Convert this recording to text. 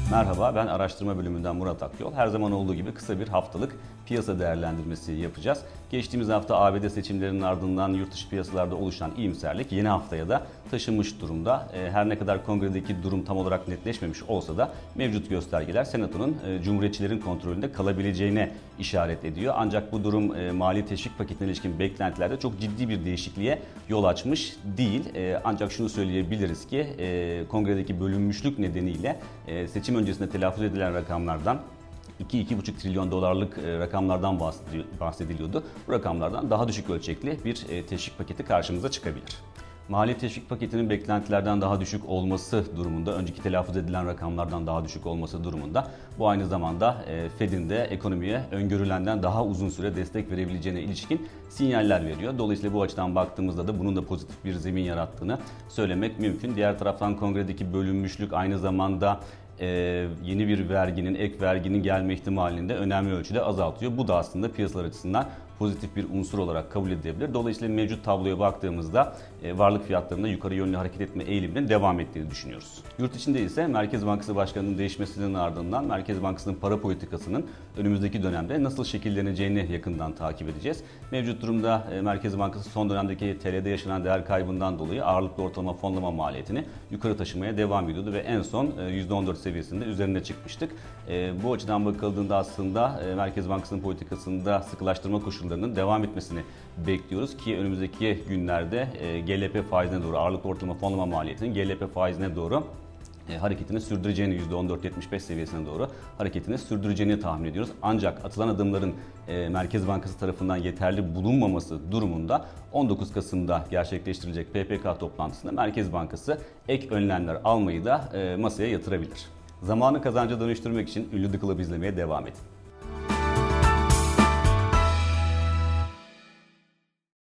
Merhaba, ben araştırma bölümünden Murat Akyol. Her zaman olduğu gibi kısa bir haftalık piyasa değerlendirmesi yapacağız. Geçtiğimiz hafta ABD seçimlerinin ardından yurt dışı piyasalarda oluşan iyimserlik yeni haftaya da taşınmış durumda. Her ne kadar kongredeki durum tam olarak netleşmemiş olsa da mevcut göstergeler Senato'nun Cumhuriyetçilerin kontrolünde kalabileceğine işaret ediyor. Ancak bu durum mali teşvik paketine ilişkin beklentilerde çok ciddi bir değişikliğe yol açmış değil. Ancak şunu söyleyebiliriz ki kongredeki bölünmüşlük nedeniyle seçim öncesinde telaffuz edilen rakamlardan 2-2,5 trilyon dolarlık rakamlardan bahsediliyordu. Bu rakamlardan daha düşük ölçekli bir teşvik paketi karşımıza çıkabilir. Mali teşvik paketinin beklentilerden daha düşük olması durumunda, önceki telaffuz edilen rakamlardan daha düşük olması durumunda bu aynı zamanda Fed'in de ekonomiye öngörülenden daha uzun süre destek verebileceğine ilişkin sinyaller veriyor. Dolayısıyla bu açıdan baktığımızda da bunun da pozitif bir zemin yarattığını söylemek mümkün. Diğer taraftan kongredeki bölünmüşlük aynı zamanda yeni bir verginin, ek verginin gelme ihtimalini de önemli ölçüde azaltıyor. Bu da aslında piyasalar açısından pozitif bir unsur olarak kabul edilebilir. Dolayısıyla mevcut tabloya baktığımızda varlık fiyatlarında yukarı yönlü hareket etme eğiliminin devam ettiğini düşünüyoruz. Yurt içinde ise Merkez Bankası Başkanı'nın değişmesinin ardından Merkez Bankası'nın para politikasının önümüzdeki dönemde nasıl şekilleneceğini yakından takip edeceğiz. Mevcut durumda Merkez Bankası son dönemdeki TL'de yaşanan değer kaybından dolayı ağırlıklı ortalama fonlama maliyetini yukarı taşımaya devam ediyordu ve en son %14 seviyesinde üzerine çıkmıştık. Bu açıdan bakıldığında aslında Merkez Bankası'nın politikasında sıkılaştırma koşullarının devam etmesini bekliyoruz ki önümüzdeki günlerde GLP faizine doğru, ağırlıklı ortalama fonlama maliyetinin GLP faizine doğru hareketini sürdüreceğini, %14.75 seviyesine doğru hareketini sürdüreceğini tahmin ediyoruz. Ancak atılan adımların Merkez Bankası tarafından yeterli bulunmaması durumunda 19 Kasım'da gerçekleştirilecek PPK toplantısında Merkez Bankası ek önlemler almayı da masaya yatırabilir. Zamanı kazanca dönüştürmek için ünlü The Club izlemeye devam edin.